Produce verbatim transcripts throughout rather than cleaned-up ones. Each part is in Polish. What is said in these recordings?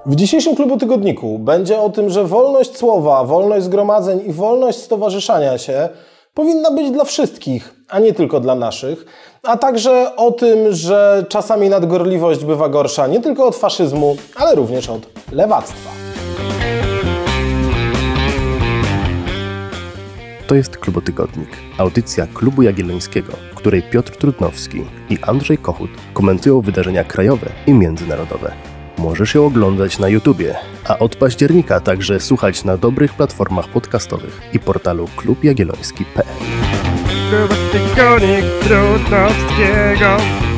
W dzisiejszym Klubu Tygodniku będzie o tym, że wolność słowa, wolność zgromadzeń i wolność stowarzyszania się powinna być dla wszystkich, a nie tylko dla naszych, a także o tym, że czasami nadgorliwość bywa gorsza nie tylko od faszyzmu, ale również od lewactwa. To jest Klubotygodnik, audycja Klubu Jagiellońskiego, w której Piotr Trudnowski i Andrzej Kochut komentują wydarzenia krajowe i międzynarodowe. Możesz ją oglądać na YouTubie, a od października także słuchać na dobrych platformach podcastowych i portalu klub jagielloński kropka pe el. Klubotygodnik Trudnowskiego.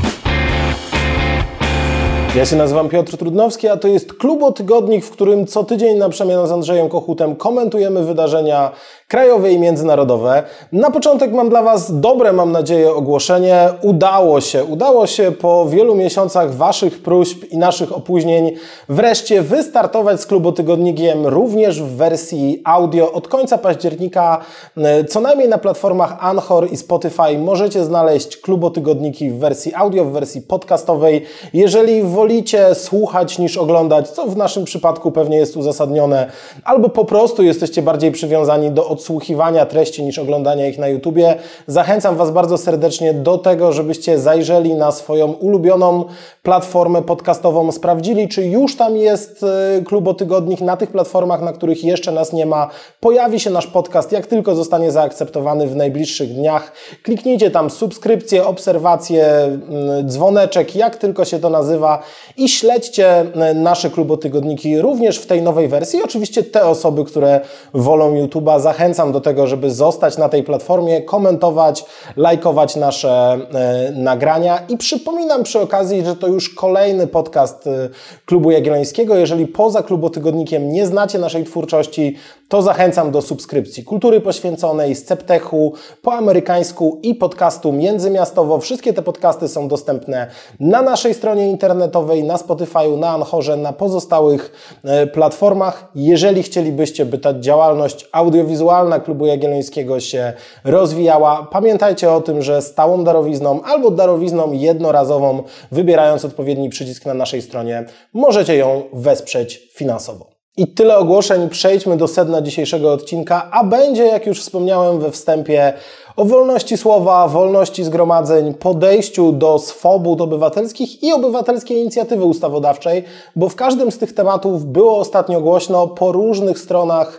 Ja się nazywam Piotr Trudnowski, a to jest Klubotygodnik, w którym co tydzień na przemian z Andrzejem Kochutem komentujemy wydarzenia krajowe i międzynarodowe. Na początek mam dla Was dobre, mam nadzieję, ogłoszenie. Udało się, udało się po wielu miesiącach Waszych próśb i naszych opóźnień wreszcie wystartować z Klubotygodnikiem również w wersji audio. Od końca października co najmniej na platformach Anchor i Spotify możecie znaleźć Klubotygodniki w wersji audio, w wersji podcastowej. Jeżeli wolicie słuchać niż oglądać, co w naszym przypadku pewnie jest uzasadnione, albo po prostu jesteście bardziej przywiązani do odsłuchiwania treści niż oglądania ich na YouTubie, zachęcam Was bardzo serdecznie do tego, żebyście zajrzeli na swoją ulubioną platformę podcastową, sprawdzili, czy już tam jest Klubotygodnik na tych platformach, na których jeszcze nas nie ma. Pojawi się nasz podcast, jak tylko zostanie zaakceptowany w najbliższych dniach. Kliknijcie tam subskrypcję, obserwację, dzwoneczek, jak tylko się to nazywa i śledźcie nasze Klubotygodniki również w tej nowej wersji. Oczywiście te osoby, które wolą YouTube'a, zachęcam do tego, żeby zostać na tej platformie, komentować, lajkować nasze e, nagrania i przypominam przy okazji, że to już kolejny podcast e, Klubu Jagiellońskiego. Jeżeli poza Klubotygodnikiem nie znacie naszej twórczości, to zachęcam do subskrypcji Kultury Poświęconej, Sceptechu, Po Amerykańsku i podcastu Międzymiastowo. Wszystkie te podcasty są dostępne na naszej stronie internetowej, na Spotify'u, na Anchorze, na pozostałych e, platformach. Jeżeli chcielibyście, by ta działalność audiowizualna Klubu Jagiellońskiego się rozwijała, pamiętajcie o tym, że stałą darowizną albo darowizną jednorazową, wybierając odpowiedni przycisk na naszej stronie, możecie ją wesprzeć finansowo. I tyle ogłoszeń, przejdźmy do sedna dzisiejszego odcinka, a będzie, jak już wspomniałem we wstępie, o wolności słowa, wolności zgromadzeń, podejściu do swobód obywatelskich i obywatelskiej inicjatywy ustawodawczej, bo w każdym z tych tematów było ostatnio głośno po różnych stronach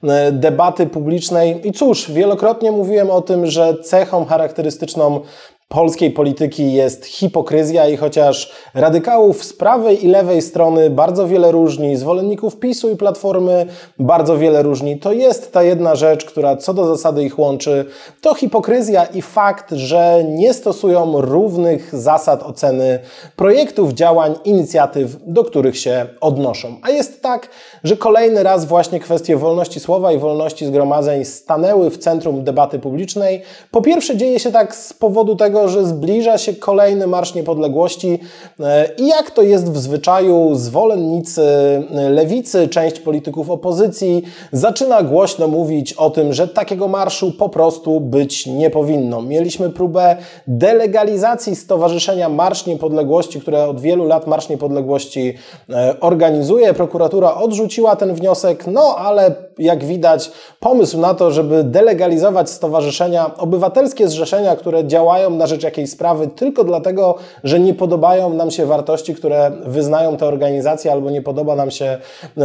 debaty publicznej. I cóż, wielokrotnie mówiłem o tym, że cechą charakterystyczną polskiej polityki jest hipokryzja i chociaż radykałów z prawej i lewej strony bardzo wiele różni, zwolenników PiSu i Platformy bardzo wiele różni, to jest ta jedna rzecz, która co do zasady ich łączy, to hipokryzja i fakt, że nie stosują równych zasad oceny projektów, działań, inicjatyw, do których się odnoszą. A jest tak, że kolejny raz właśnie kwestie wolności słowa i wolności zgromadzeń stanęły w centrum debaty publicznej. Po pierwsze dzieje się tak z powodu tego, że zbliża się kolejny Marsz Niepodległości i jak to jest w zwyczaju, zwolennicy lewicy, część polityków opozycji zaczyna głośno mówić o tym, że takiego marszu po prostu być nie powinno. Mieliśmy próbę delegalizacji Stowarzyszenia Marsz Niepodległości, które od wielu lat Marsz Niepodległości organizuje. Prokuratura odrzuciła ten wniosek, no ale jak widać pomysł na to, żeby delegalizować stowarzyszenia, obywatelskie zrzeszenia, które działają na rzecz jakiejś sprawy tylko dlatego, że nie podobają nam się wartości, które wyznają te organizacje, albo nie podoba nam się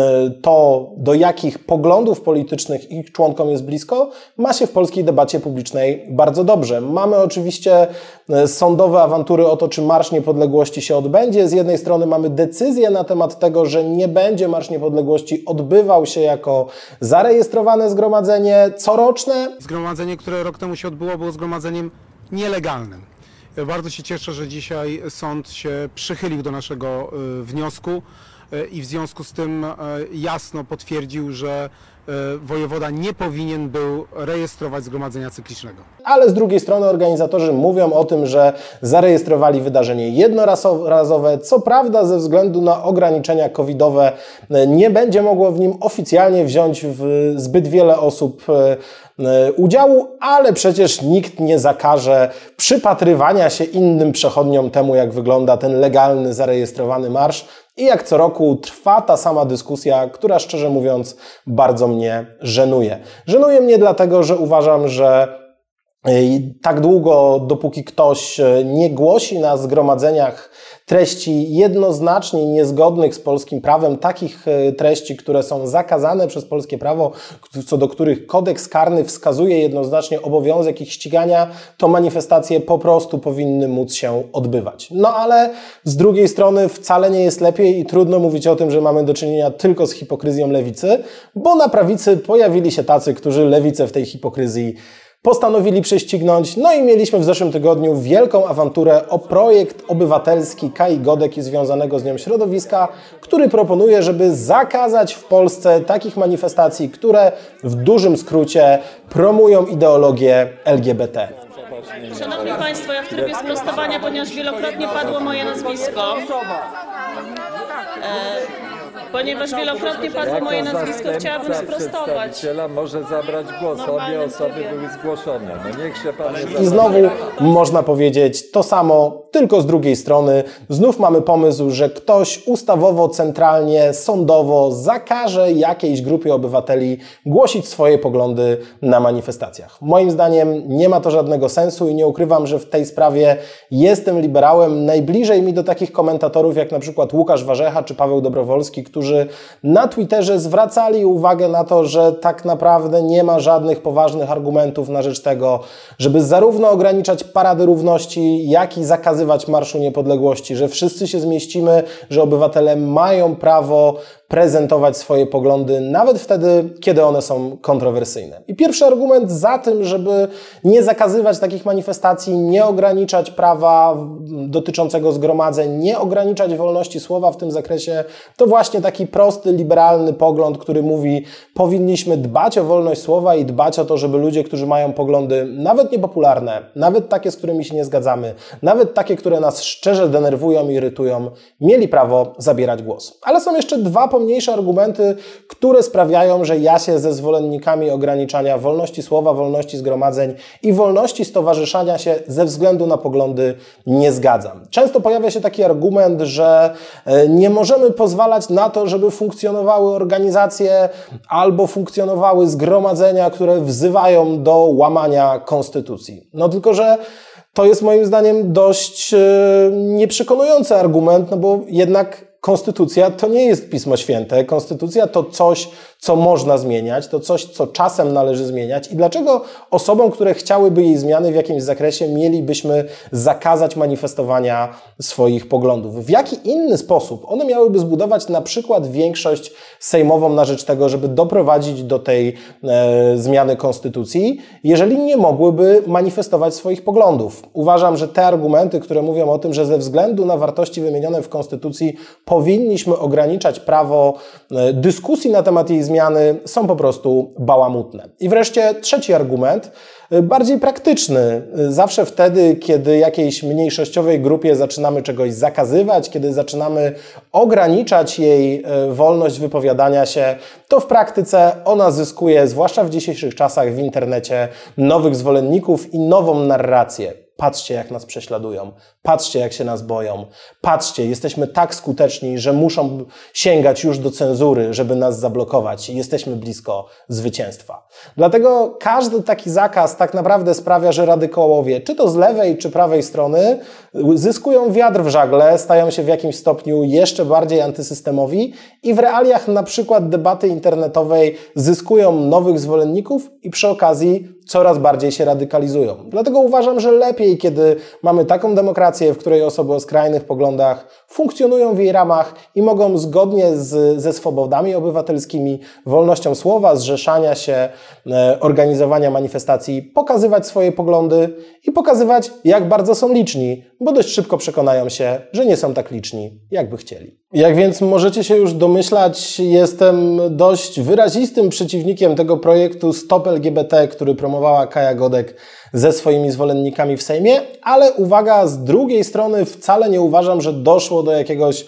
to, do jakich poglądów politycznych ich członkom jest blisko, ma się w polskiej debacie publicznej bardzo dobrze. Mamy oczywiście sądowe awantury o to, czy Marsz Niepodległości się odbędzie. Z jednej strony mamy decyzję na temat tego, że nie będzie Marsz Niepodległości odbywał się jako zarejestrowane zgromadzenie coroczne. Zgromadzenie, które rok temu się odbyło, było zgromadzeniem nielegalnym. Bardzo się cieszę, że dzisiaj sąd się przychylił do naszego wniosku i w związku z tym jasno potwierdził, że wojewoda nie powinien był rejestrować zgromadzenia cyklicznego. Ale z drugiej strony organizatorzy mówią o tym, że zarejestrowali wydarzenie jednorazowe. Co prawda ze względu na ograniczenia covidowe nie będzie mogło w nim oficjalnie wziąć w zbyt wiele osób udziału, ale przecież nikt nie zakaże przypatrywania się innym przechodniom temu, jak wygląda ten legalny, zarejestrowany marsz. I jak co roku trwa ta sama dyskusja, która szczerze mówiąc bardzo mnie żenuje. Żenuje mnie dlatego, że uważam, że tak długo, dopóki ktoś nie głosi na zgromadzeniach treści jednoznacznie niezgodnych z polskim prawem, takich treści, które są zakazane przez polskie prawo, co do których kodeks karny wskazuje jednoznacznie obowiązek ich ścigania, to manifestacje po prostu powinny móc się odbywać. No ale z drugiej strony wcale nie jest lepiej i trudno mówić o tym, że mamy do czynienia tylko z hipokryzją lewicy, bo na prawicy pojawili się tacy, którzy lewicę w tej hipokryzji postanowili prześcignąć, no i mieliśmy w zeszłym tygodniu wielką awanturę o projekt obywatelski Kai Godek i związanego z nią środowiska, który proponuje, żeby zakazać w Polsce takich manifestacji, które w dużym skrócie promują ideologię L G B T. Szanowni Państwo, ja w trybie sprostowania, ponieważ wielokrotnie padło moje nazwisko, e Ponieważ wielokrotnie padło moje nazwisko, chciałabym sprostować. Może zabrać głos, obie osoby były zgłoszone. No niech się pan nie I znowu można powiedzieć to samo, tylko z drugiej strony. Znów mamy pomysł, że ktoś ustawowo, centralnie, sądowo zakaże jakiejś grupie obywateli głosić swoje poglądy na manifestacjach. Moim zdaniem nie ma to żadnego sensu i nie ukrywam, że w tej sprawie jestem liberałem. Najbliżej mi do takich komentatorów jak na przykład Łukasz Warzecha czy Paweł Dobrowolski, którzy na Twitterze zwracali uwagę na to, że tak naprawdę nie ma żadnych poważnych argumentów na rzecz tego, żeby zarówno ograniczać Parady Równości, jak i zakazywać Marszu Niepodległości, że wszyscy się zmieścimy, że obywatele mają prawo prezentować swoje poglądy, nawet wtedy, kiedy one są kontrowersyjne. I pierwszy argument za tym, żeby nie zakazywać takich manifestacji, nie ograniczać prawa dotyczącego zgromadzeń, nie ograniczać wolności słowa w tym zakresie, to właśnie taki prosty, liberalny pogląd, który mówi, powinniśmy dbać o wolność słowa i dbać o to, żeby ludzie, którzy mają poglądy nawet niepopularne, nawet takie, z którymi się nie zgadzamy, nawet takie, które nas szczerze denerwują i irytują, mieli prawo zabierać głos. Ale są jeszcze dwa pomniejsze argumenty, które sprawiają, że ja się ze zwolennikami ograniczania wolności słowa, wolności zgromadzeń i wolności stowarzyszania się ze względu na poglądy nie zgadzam. Często pojawia się taki argument, że nie możemy pozwalać na to, żeby funkcjonowały organizacje albo funkcjonowały zgromadzenia, które wzywają do łamania konstytucji. No tylko, że to jest moim zdaniem dość nieprzekonujący argument, no bo jednak konstytucja to nie jest Pismo Święte. Konstytucja to coś, co można zmieniać, to coś, co czasem należy zmieniać. I dlaczego osobom, które chciałyby jej zmiany w jakimś zakresie, mielibyśmy zakazać manifestowania swoich poglądów? W jaki inny sposób one miałyby zbudować na przykład większość sejmową na rzecz tego, żeby doprowadzić do tej e, zmiany konstytucji, jeżeli nie mogłyby manifestować swoich poglądów? Uważam, że te argumenty, które mówią o tym, że ze względu na wartości wymienione w konstytucji powinniśmy ograniczać prawo e, dyskusji na temat jej zmiany, są po prostu bałamutne. I wreszcie trzeci argument, bardziej praktyczny. Zawsze wtedy, kiedy jakiejś mniejszościowej grupie zaczynamy czegoś zakazywać, kiedy zaczynamy ograniczać jej wolność wypowiadania się, to w praktyce ona zyskuje, zwłaszcza w dzisiejszych czasach w internecie, nowych zwolenników i nową narrację. Patrzcie, jak nas prześladują. Patrzcie, jak się nas boją. Patrzcie, jesteśmy tak skuteczni, że muszą sięgać już do cenzury, żeby nas zablokować. I jesteśmy blisko zwycięstwa. Dlatego każdy taki zakaz tak naprawdę sprawia, że radykałowie, czy to z lewej, czy prawej strony, zyskują wiatr w żagle, stają się w jakimś stopniu jeszcze bardziej antysystemowi i w realiach na przykład debaty internetowej zyskują nowych zwolenników i przy okazji coraz bardziej się radykalizują. Dlatego uważam, że lepiej, kiedy mamy taką demokrację, w której osoby o skrajnych poglądach funkcjonują w jej ramach i mogą zgodnie z, ze swobodami obywatelskimi, wolnością słowa, zrzeszania się, e, organizowania manifestacji, pokazywać swoje poglądy i pokazywać, jak bardzo są liczni, bo dość szybko przekonają się, że nie są tak liczni, jakby chcieli. Jak więc możecie się już domyślać, jestem dość wyrazistym przeciwnikiem tego projektu Stop L G B T, który promowała Kaja Godek ze swoimi zwolennikami w Sejmie, ale uwaga, z drugiej strony wcale nie uważam, że doszło do jakiegoś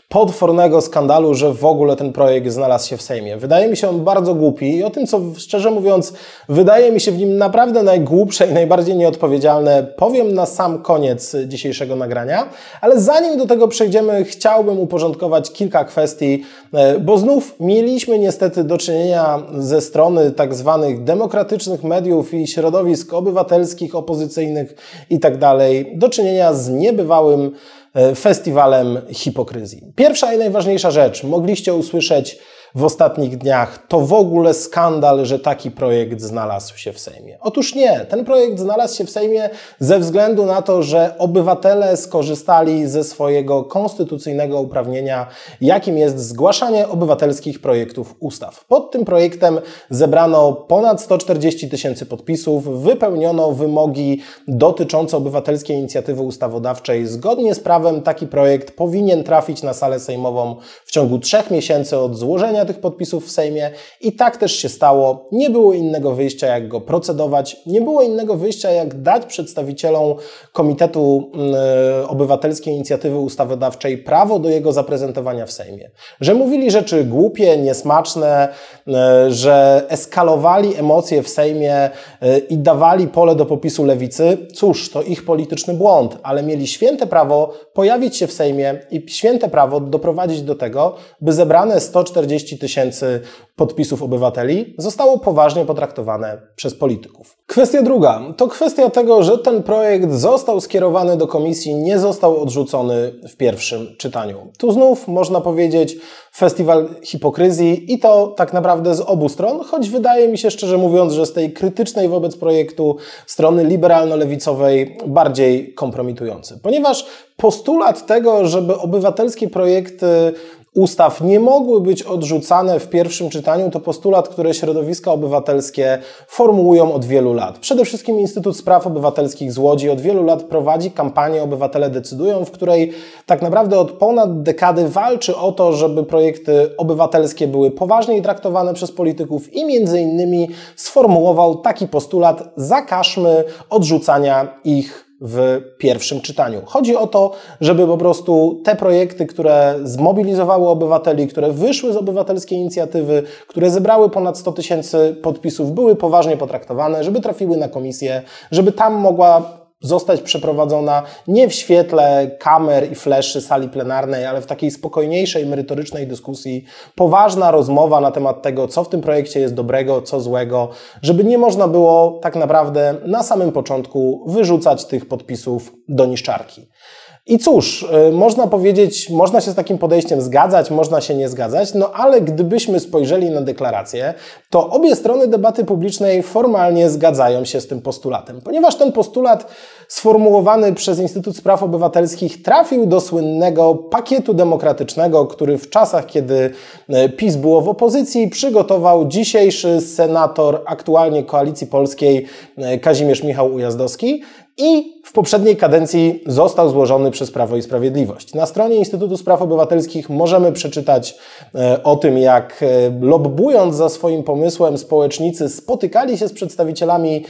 potwornego skandalu, że w ogóle ten projekt znalazł się w Sejmie. Wydaje mi się on bardzo głupi i o tym, co szczerze mówiąc wydaje mi się w nim naprawdę najgłupsze i najbardziej nieodpowiedzialne, powiem na sam koniec dzisiejszego nagrania, ale zanim do tego przejdziemy, chciałbym uporządkować kilka kwestii, bo znów mieliśmy niestety do czynienia ze strony tak zwanych demokratycznych mediów i środowisk obywatelskich, opozycyjnych i tak dalej, do czynienia z niebywałym festiwalem hipokryzji. Pierwsza i najważniejsza rzecz, mogliście usłyszeć w ostatnich dniach, to w ogóle skandal, że taki projekt znalazł się w Sejmie. Otóż nie, ten projekt znalazł się w Sejmie ze względu na to, że obywatele skorzystali ze swojego konstytucyjnego uprawnienia, jakim jest zgłaszanie obywatelskich projektów ustaw. Pod tym projektem zebrano ponad sto czterdzieści tysięcy podpisów, wypełniono wymogi dotyczące obywatelskiej inicjatywy ustawodawczej. Zgodnie z prawem taki projekt powinien trafić na salę sejmową w ciągu trzech miesięcy od złożenia tych podpisów w Sejmie i tak też się stało. Nie było innego wyjścia, jak go procedować. Nie było innego wyjścia, jak dać przedstawicielom Komitetu yy, Obywatelskiej Inicjatywy Ustawodawczej prawo do jego zaprezentowania w Sejmie. Że mówili rzeczy głupie, niesmaczne, yy, że eskalowali emocje w Sejmie yy, i dawali pole do popisu lewicy. Cóż, to ich polityczny błąd, ale mieli święte prawo pojawić się w Sejmie i święte prawo doprowadzić do tego, by zebrane sto czterdzieści tysięcy podpisów obywateli zostało poważnie potraktowane przez polityków. Kwestia druga to kwestia tego, że ten projekt został skierowany do komisji, nie został odrzucony w pierwszym czytaniu. Tu znów można powiedzieć festiwal hipokryzji i to tak naprawdę z obu stron, choć wydaje mi się szczerze mówiąc, że z tej krytycznej wobec projektu strony liberalno-lewicowej bardziej kompromitujący. Ponieważ postulat tego, żeby obywatelskie projekty ustaw nie mogły być odrzucane w pierwszym czytaniu, to postulat, który środowiska obywatelskie formułują od wielu lat. Przede wszystkim Instytut Spraw Obywatelskich z Łodzi od wielu lat prowadzi kampanię Obywatele decydują, w której tak naprawdę od ponad dekady walczy o to, żeby projekty obywatelskie były poważniej traktowane przez polityków i między innymi sformułował taki postulat: zakażmy odrzucania ich w pierwszym czytaniu. Chodzi o to, żeby po prostu te projekty, które zmobilizowały obywateli, które wyszły z obywatelskiej inicjatywy, które zebrały ponad sto tysięcy podpisów, były poważnie potraktowane, żeby trafiły na komisję, żeby tam mogła zostać przeprowadzona nie w świetle kamer i fleszy sali plenarnej, ale w takiej spokojniejszej, merytorycznej dyskusji, poważna rozmowa na temat tego, co w tym projekcie jest dobrego, co złego, żeby nie można było tak naprawdę na samym początku wyrzucać tych podpisów do niszczarki. I cóż, można powiedzieć, można się z takim podejściem zgadzać, można się nie zgadzać, no ale gdybyśmy spojrzeli na deklarację, to obie strony debaty publicznej formalnie zgadzają się z tym postulatem, ponieważ ten postulat sformułowany przez Instytut Spraw Obywatelskich trafił do słynnego pakietu demokratycznego, który w czasach, kiedy PiS było w opozycji, przygotował dzisiejszy senator aktualnie Koalicji Polskiej Kazimierz Michał Ujazdowski i w poprzedniej kadencji został złożony przez Prawo i Sprawiedliwość. Na stronie Instytutu Spraw Obywatelskich możemy przeczytać o tym, jak lobbując za swoim pomysłem społecznicy spotykali się z przedstawicielami,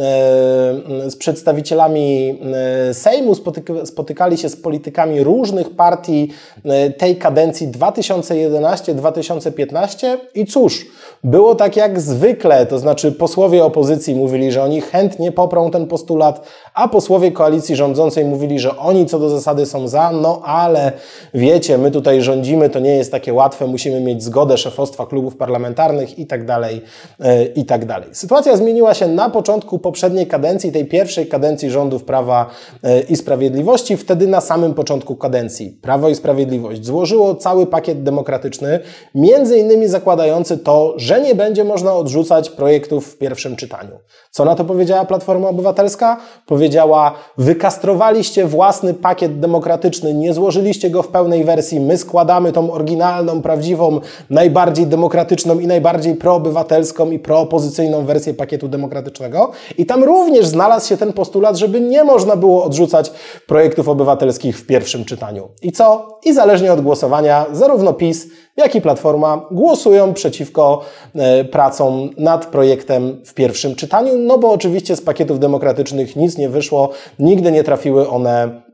z przedstawicielami Sejmu, spotykali się z politykami różnych partii tej kadencji dwa tysiące jedenasty do dwa tysiące piętnastego i cóż, było tak jak zwykle, to znaczy posłowie opozycji mówili, że oni chętnie poprą ten postulat, a posłowie koalicji rządzącej mówili, że oni co do zasady są za, no ale wiecie, my tutaj rządzimy, to nie jest takie łatwe, musimy mieć zgodę szefostwa klubów parlamentarnych i tak dalej, i tak dalej. Sytuacja zmieniła się na początku poprzedniej kadencji, tej pierwszej kadencji rządów Prawa i Sprawiedliwości, wtedy na samym początku kadencji Prawo i Sprawiedliwość złożyło cały pakiet demokratyczny, między innymi zakładający to, że nie będzie można odrzucać projektów w pierwszym czytaniu. Co na to powiedziała Platforma Obywatelska? Powiedziała: wykastrowaliście własny pakiet demokratyczny, nie złożyliście go w pełnej wersji, my składamy tą oryginalną, prawdziwą, najbardziej demokratyczną i najbardziej proobywatelską i proopozycyjną wersję pakietu demokratycznego. I tam również znalazł się ten postulat, żeby nie można było odrzucać projektów obywatelskich w pierwszym czytaniu. I co? I zależnie od głosowania, zarówno PiS, jak i Platforma głosują przeciwko e, pracom nad projektem w pierwszym czytaniu, no bo oczywiście z pakietów demokratycznych nic nie wyszło, nigdy nie trafiły one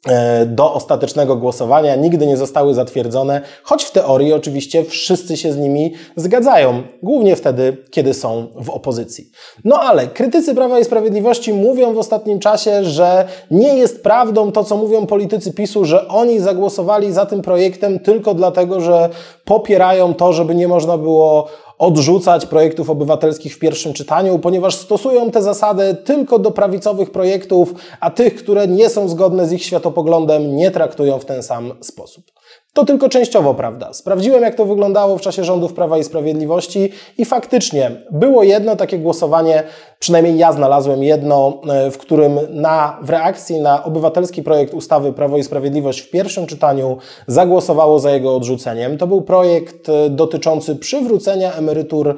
do ostatecznego głosowania, nigdy nie zostały zatwierdzone, choć w teorii oczywiście wszyscy się z nimi zgadzają, głównie wtedy, kiedy są w opozycji. No ale krytycy Prawa i Sprawiedliwości mówią w ostatnim czasie, że nie jest prawdą to, co mówią politycy PiSu, że oni zagłosowali za tym projektem tylko dlatego, że popierają to, żeby nie można było odrzucać projektów obywatelskich w pierwszym czytaniu, ponieważ stosują tę zasadę tylko do prawicowych projektów, a tych, które nie są zgodne z ich światopoglądem, nie traktują w ten sam sposób. To tylko częściowo prawda. Sprawdziłem, jak to wyglądało w czasie rządów Prawa i Sprawiedliwości i faktycznie było jedno takie głosowanie, przynajmniej ja znalazłem jedno, w którym na, w reakcji na obywatelski projekt ustawy Prawo i Sprawiedliwość w pierwszym czytaniu zagłosowało za jego odrzuceniem. To był projekt dotyczący przywrócenia emerytur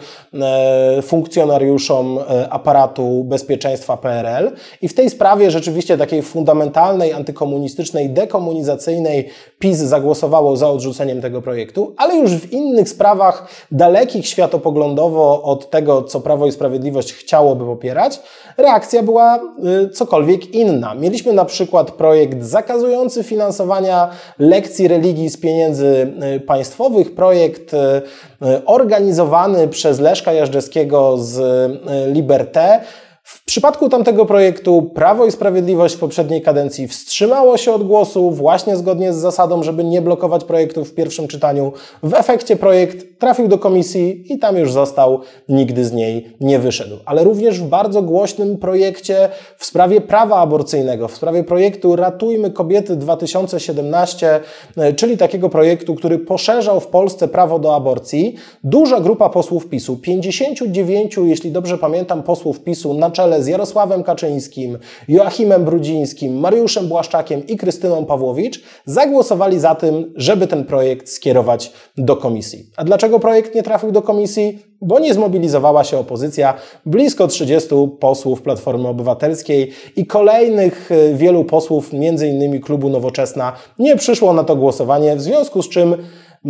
e, funkcjonariuszom aparatu bezpieczeństwa P R L i w tej sprawie rzeczywiście takiej fundamentalnej, antykomunistycznej, dekomunizacyjnej PiS zagłosowało za odrzuceniem tego projektu, ale już w innych sprawach dalekich światopoglądowo od tego, co Prawo i Sprawiedliwość chciałoby popierać, reakcja była y, cokolwiek inna. Mieliśmy na przykład projekt zakazujący finansowania lekcji religii z pieniędzy y, państwowych, projekt y, y, organizowany przez Leszka Jażdżewskiego z y, Liberté. W przypadku tamtego projektu Prawo i Sprawiedliwość w poprzedniej kadencji wstrzymało się od głosu właśnie zgodnie z zasadą, żeby nie blokować projektów w pierwszym czytaniu. W efekcie projekt trafił do komisji i tam już został, nigdy z niej nie wyszedł. Ale również w bardzo głośnym projekcie w sprawie prawa aborcyjnego, w sprawie projektu Ratujmy Kobiety dwa tysiące siedemnaście, czyli takiego projektu, który poszerzał w Polsce prawo do aborcji, duża grupa posłów PiSu, pięćdziesięciu dziewięciu, jeśli dobrze pamiętam, posłów PiSu na czele z Jarosławem Kaczyńskim, Joachimem Brudzińskim, Mariuszem Błaszczakiem i Krystyną Pawłowicz zagłosowali za tym, żeby ten projekt skierować do komisji. A dlaczego projekt nie trafił do komisji? Bo nie zmobilizowała się opozycja, blisko trzydziestu posłów Platformy Obywatelskiej i kolejnych wielu posłów, między innymi klubu Nowoczesna, nie przyszło na to głosowanie, w związku z czym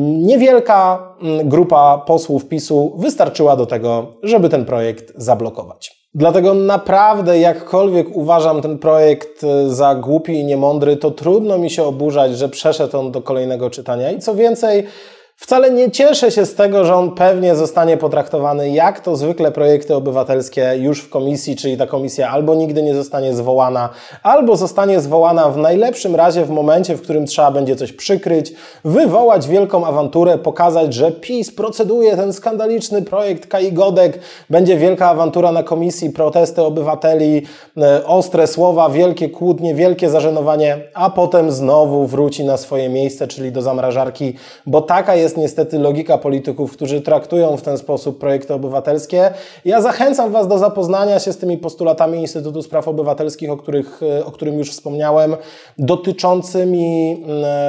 niewielka grupa posłów PiSu wystarczyła do tego, żeby ten projekt zablokować. Dlatego naprawdę, jakkolwiek uważam ten projekt za głupi i niemądry, to trudno mi się oburzać, że przeszedł on do kolejnego czytania. I co więcej, wcale nie cieszę się z tego, że on pewnie zostanie potraktowany jak to zwykle projekty obywatelskie już w komisji, czyli ta komisja albo nigdy nie zostanie zwołana, albo zostanie zwołana w najlepszym razie w momencie, w którym trzeba będzie coś przykryć, wywołać wielką awanturę, pokazać, że PiS proceduje ten skandaliczny projekt K I Godek, będzie wielka awantura na komisji, protesty obywateli, ostre słowa, wielkie kłótnie, wielkie zażenowanie, a potem znowu wróci na swoje miejsce, czyli do zamrażarki, bo taka jest jest niestety logika polityków, którzy traktują w ten sposób projekty obywatelskie. Ja zachęcam Was do zapoznania się z tymi postulatami Instytutu Spraw Obywatelskich, o, których, o którym już wspomniałem, dotyczącymi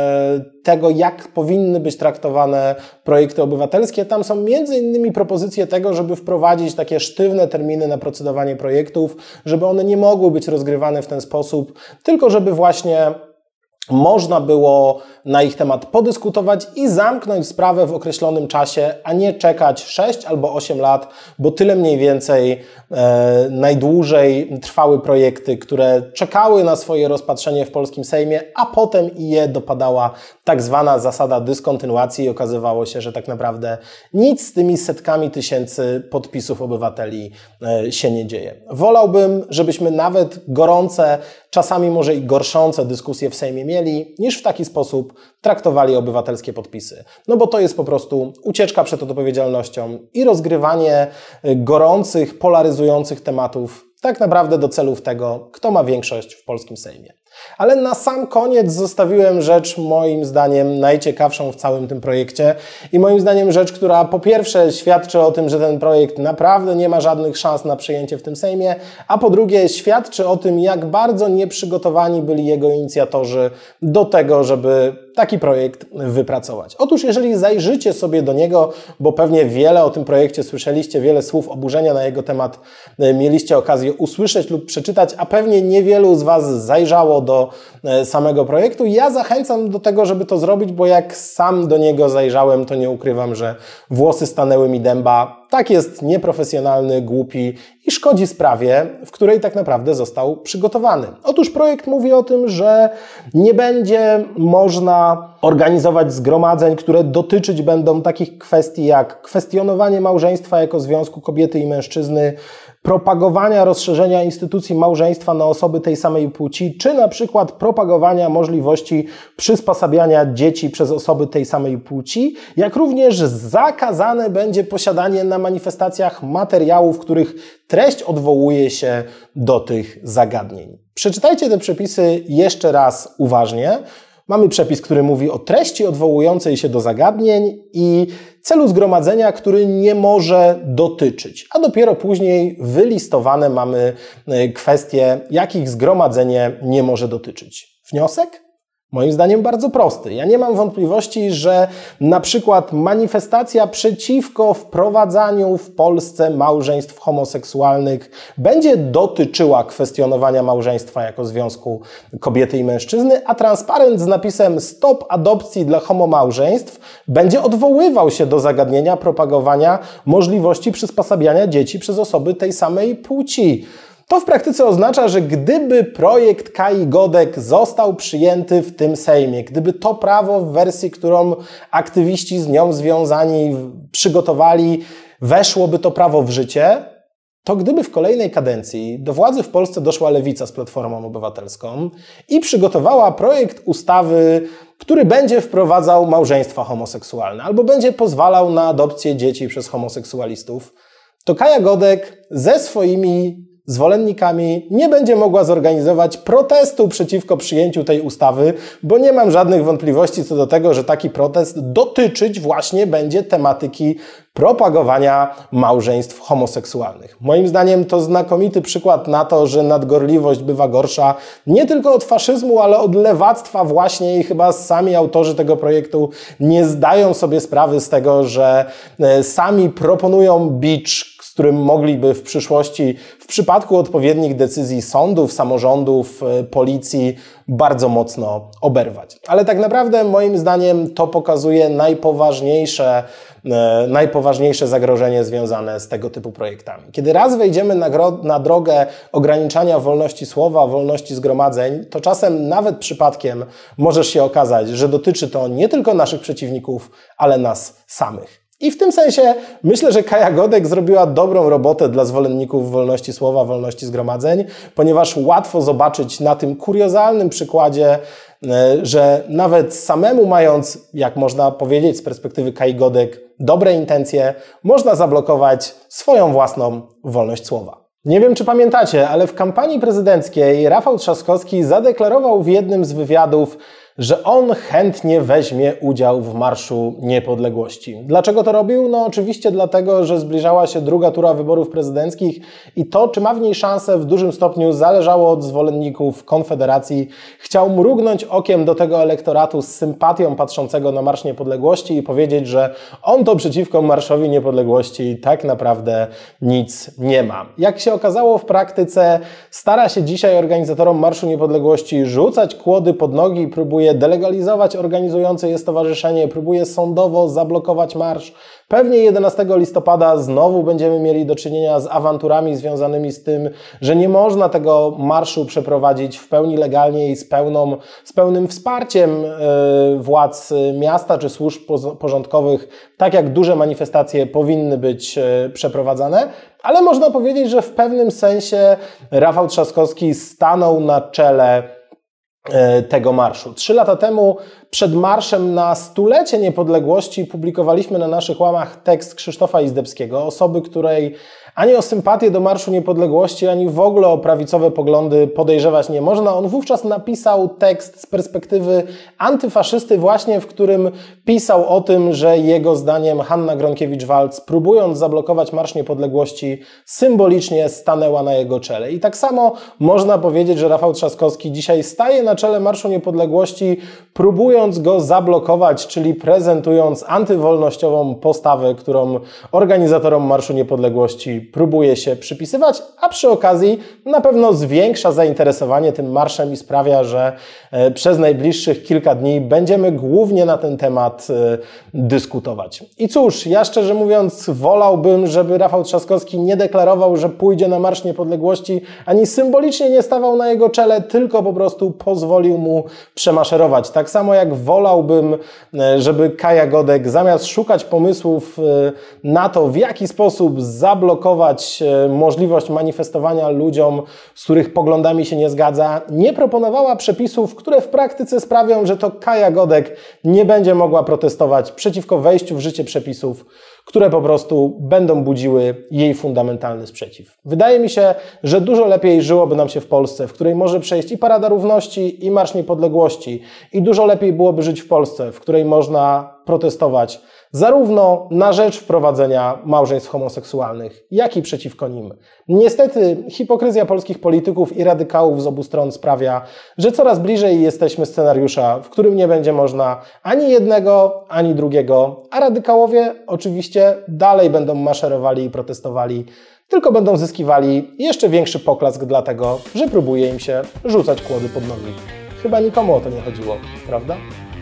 tego, jak powinny być traktowane projekty obywatelskie. Tam są między innymi propozycje tego, żeby wprowadzić takie sztywne terminy na procedowanie projektów, żeby one nie mogły być rozgrywane w ten sposób, tylko żeby właśnie można było na ich temat podyskutować i zamknąć sprawę w określonym czasie, a nie czekać sześć albo osiem lat, bo tyle mniej więcej e, najdłużej trwały projekty, które czekały na swoje rozpatrzenie w polskim Sejmie, a potem i je dopadała tak zwana zasada dyskontynuacji i okazywało się, że tak naprawdę nic z tymi setkami tysięcy podpisów obywateli e, się nie dzieje. Wolałbym, żebyśmy nawet gorące, czasami może i gorszące dyskusje w Sejmie mieli, niż w taki sposób traktowali obywatelskie podpisy. No bo to jest po prostu ucieczka przed odpowiedzialnością i rozgrywanie gorących, polaryzujących tematów tak naprawdę do celów tego, kto ma większość w polskim Sejmie. Ale na sam koniec zostawiłem rzecz moim zdaniem najciekawszą w całym tym projekcie i moim zdaniem rzecz, która po pierwsze świadczy o tym, że ten projekt naprawdę nie ma żadnych szans na przyjęcie w tym Sejmie, a po drugie świadczy o tym, jak bardzo nieprzygotowani byli jego inicjatorzy do tego, żeby taki projekt wypracować. Otóż jeżeli zajrzycie sobie do niego, bo pewnie wiele o tym projekcie słyszeliście, wiele słów oburzenia na jego temat mieliście okazję usłyszeć lub przeczytać, a pewnie niewielu z Was zajrzało dodało do samego projektu. Ja zachęcam do tego, żeby to zrobić, bo jak sam do niego zajrzałem, to nie ukrywam, że włosy stanęły mi dęba. Tak jest nieprofesjonalny, głupi i szkodzi sprawie, w której tak naprawdę został przygotowany. Otóż projekt mówi o tym, że nie będzie można organizować zgromadzeń, które dotyczyć będą takich kwestii jak kwestionowanie małżeństwa jako związku kobiety i mężczyzny, propagowania rozszerzenia instytucji małżeństwa na osoby tej samej płci, czy na przykład propagowania możliwości przysposabiania dzieci przez osoby tej samej płci, jak również zakazane będzie posiadanie na manifestacjach materiałów, których treść odwołuje się do tych zagadnień. Przeczytajcie te przepisy jeszcze raz uważnie. Mamy przepis, który mówi o treści odwołującej się do zagadnień i celu zgromadzenia, który nie może dotyczyć. A dopiero później wylistowane mamy kwestie, jakich zgromadzenie nie może dotyczyć. Wniosek? Moim zdaniem bardzo prosty. Ja nie mam wątpliwości, że na przykład manifestacja przeciwko wprowadzaniu w Polsce małżeństw homoseksualnych będzie dotyczyła kwestionowania małżeństwa jako związku kobiety i mężczyzny, a transparent z napisem Stop adopcji dla homomałżeństw będzie odwoływał się do zagadnienia propagowania możliwości przysposabiania dzieci przez osoby tej samej płci. To w praktyce oznacza, że gdyby projekt Kai Godek został przyjęty w tym Sejmie, gdyby to prawo w wersji, którą aktywiści z nią związani przygotowali, weszłoby to prawo w życie, to gdyby w kolejnej kadencji do władzy w Polsce doszła Lewica z Platformą Obywatelską i przygotowała projekt ustawy, który będzie wprowadzał małżeństwa homoseksualne albo będzie pozwalał na adopcję dzieci przez homoseksualistów, to Kaja Godek ze swoimi zwolennikami nie będzie mogła zorganizować protestu przeciwko przyjęciu tej ustawy, bo nie mam żadnych wątpliwości co do tego, że taki protest dotyczyć właśnie będzie tematyki propagowania małżeństw homoseksualnych. Moim zdaniem to znakomity przykład na to, że nadgorliwość bywa gorsza nie tylko od faszyzmu, ale od lewactwa właśnie i chyba sami autorzy tego projektu nie zdają sobie sprawy z tego, że sami proponują bicz, z którym mogliby w przyszłości, w przypadku odpowiednich decyzji sądów, samorządów, policji, bardzo mocno oberwać. Ale tak naprawdę moim zdaniem to pokazuje najpoważniejsze, najpoważniejsze zagrożenie związane z tego typu projektami. Kiedy raz wejdziemy na, na drogę ograniczania wolności słowa, wolności zgromadzeń, to czasem nawet przypadkiem może się okazać, że dotyczy to nie tylko naszych przeciwników, ale nas samych. I w tym sensie myślę, że Kaja Godek zrobiła dobrą robotę dla zwolenników wolności słowa, wolności zgromadzeń, ponieważ łatwo zobaczyć na tym kuriozalnym przykładzie, że nawet samemu mając, jak można powiedzieć z perspektywy Kai Godek, dobre intencje, można zablokować swoją własną wolność słowa. Nie wiem, czy pamiętacie, ale w kampanii prezydenckiej Rafał Trzaskowski zadeklarował w jednym z wywiadów, że on chętnie weźmie udział w Marszu Niepodległości. Dlaczego to robił? No oczywiście dlatego, że zbliżała się druga tura wyborów prezydenckich i to, czy ma w niej szansę, w dużym stopniu zależało od zwolenników Konfederacji. Chciał mrugnąć okiem do tego elektoratu z sympatią patrzącego na Marsz Niepodległości i powiedzieć, że on to przeciwko Marszowi Niepodległości tak naprawdę nic nie ma. Jak się okazało w praktyce, stara się dzisiaj organizatorom Marszu Niepodległości rzucać kłody pod nogi i próbuje delegalizować organizujące je stowarzyszenie, próbuje sądowo zablokować marsz. Pewnie jedenastego listopada znowu będziemy mieli do czynienia z awanturami związanymi z tym, że nie można tego marszu przeprowadzić w pełni legalnie i z, pełną, z pełnym wsparciem yy, władz miasta czy służb porządkowych, tak jak duże manifestacje powinny być yy, przeprowadzane. Ale można powiedzieć, że w pewnym sensie Rafał Trzaskowski stanął na czele tego marszu. Trzy lata temu przed marszem na stulecie niepodległości publikowaliśmy na naszych łamach tekst Krzysztofa Izdebskiego, osoby, której ani o sympatię do Marszu Niepodległości, ani w ogóle o prawicowe poglądy podejrzewać nie można. On wówczas napisał tekst z perspektywy antyfaszysty właśnie, w którym pisał o tym, że jego zdaniem Hanna Gronkiewicz-Waltz, próbując zablokować Marsz Niepodległości, symbolicznie stanęła na jego czele. I tak samo można powiedzieć, że Rafał Trzaskowski dzisiaj staje na czele Marszu Niepodległości, próbując go zablokować, czyli prezentując antywolnościową postawę, którą organizatorom Marszu Niepodległości próbuje się przypisywać, a przy okazji na pewno zwiększa zainteresowanie tym marszem i sprawia, że przez najbliższych kilka dni będziemy głównie na ten temat dyskutować. I cóż, ja szczerze mówiąc wolałbym, żeby Rafał Trzaskowski nie deklarował, że pójdzie na Marsz Niepodległości, ani symbolicznie nie stawał na jego czele, tylko po prostu pozwolił mu przemaszerować. Tak samo jak wolałbym, żeby Kaja Godek zamiast szukać pomysłów na to, w jaki sposób zablokować możliwość manifestowania ludziom, z których poglądami się nie zgadza, nie proponowała przepisów, które w praktyce sprawią, że to Kaja Godek nie będzie mogła protestować przeciwko wejściu w życie przepisów, które po prostu będą budziły jej fundamentalny sprzeciw. Wydaje mi się, że dużo lepiej żyłoby nam się w Polsce, w której może przejść i Parada Równości, i Marsz Niepodległości. I dużo lepiej byłoby żyć w Polsce, w której można protestować zarówno na rzecz wprowadzenia małżeństw homoseksualnych, jak i przeciwko nim. Niestety hipokryzja polskich polityków i radykałów z obu stron sprawia, że coraz bliżej jesteśmy scenariusza, w którym nie będzie można ani jednego, ani drugiego, a radykałowie oczywiście dalej będą maszerowali i protestowali, tylko będą zyskiwali jeszcze większy poklask dlatego, że próbuje im się rzucać kłody pod nogi. Chyba nikomu o to nie chodziło, prawda?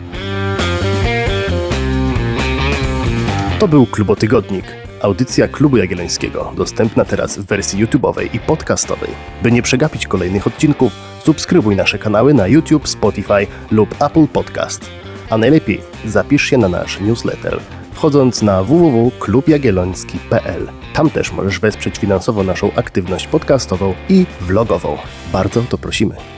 To był Klubotygodnik, audycja Klubu Jagiellońskiego, dostępna teraz w wersji YouTube'owej i podcastowej. By nie przegapić kolejnych odcinków, subskrybuj nasze kanały na YouTube, Spotify lub Apple Podcast. A najlepiej zapisz się na nasz newsletter, wchodząc na w w w kropka klub jagielloński kropka p l. Tam też możesz wesprzeć finansowo naszą aktywność podcastową i vlogową. Bardzo o to prosimy.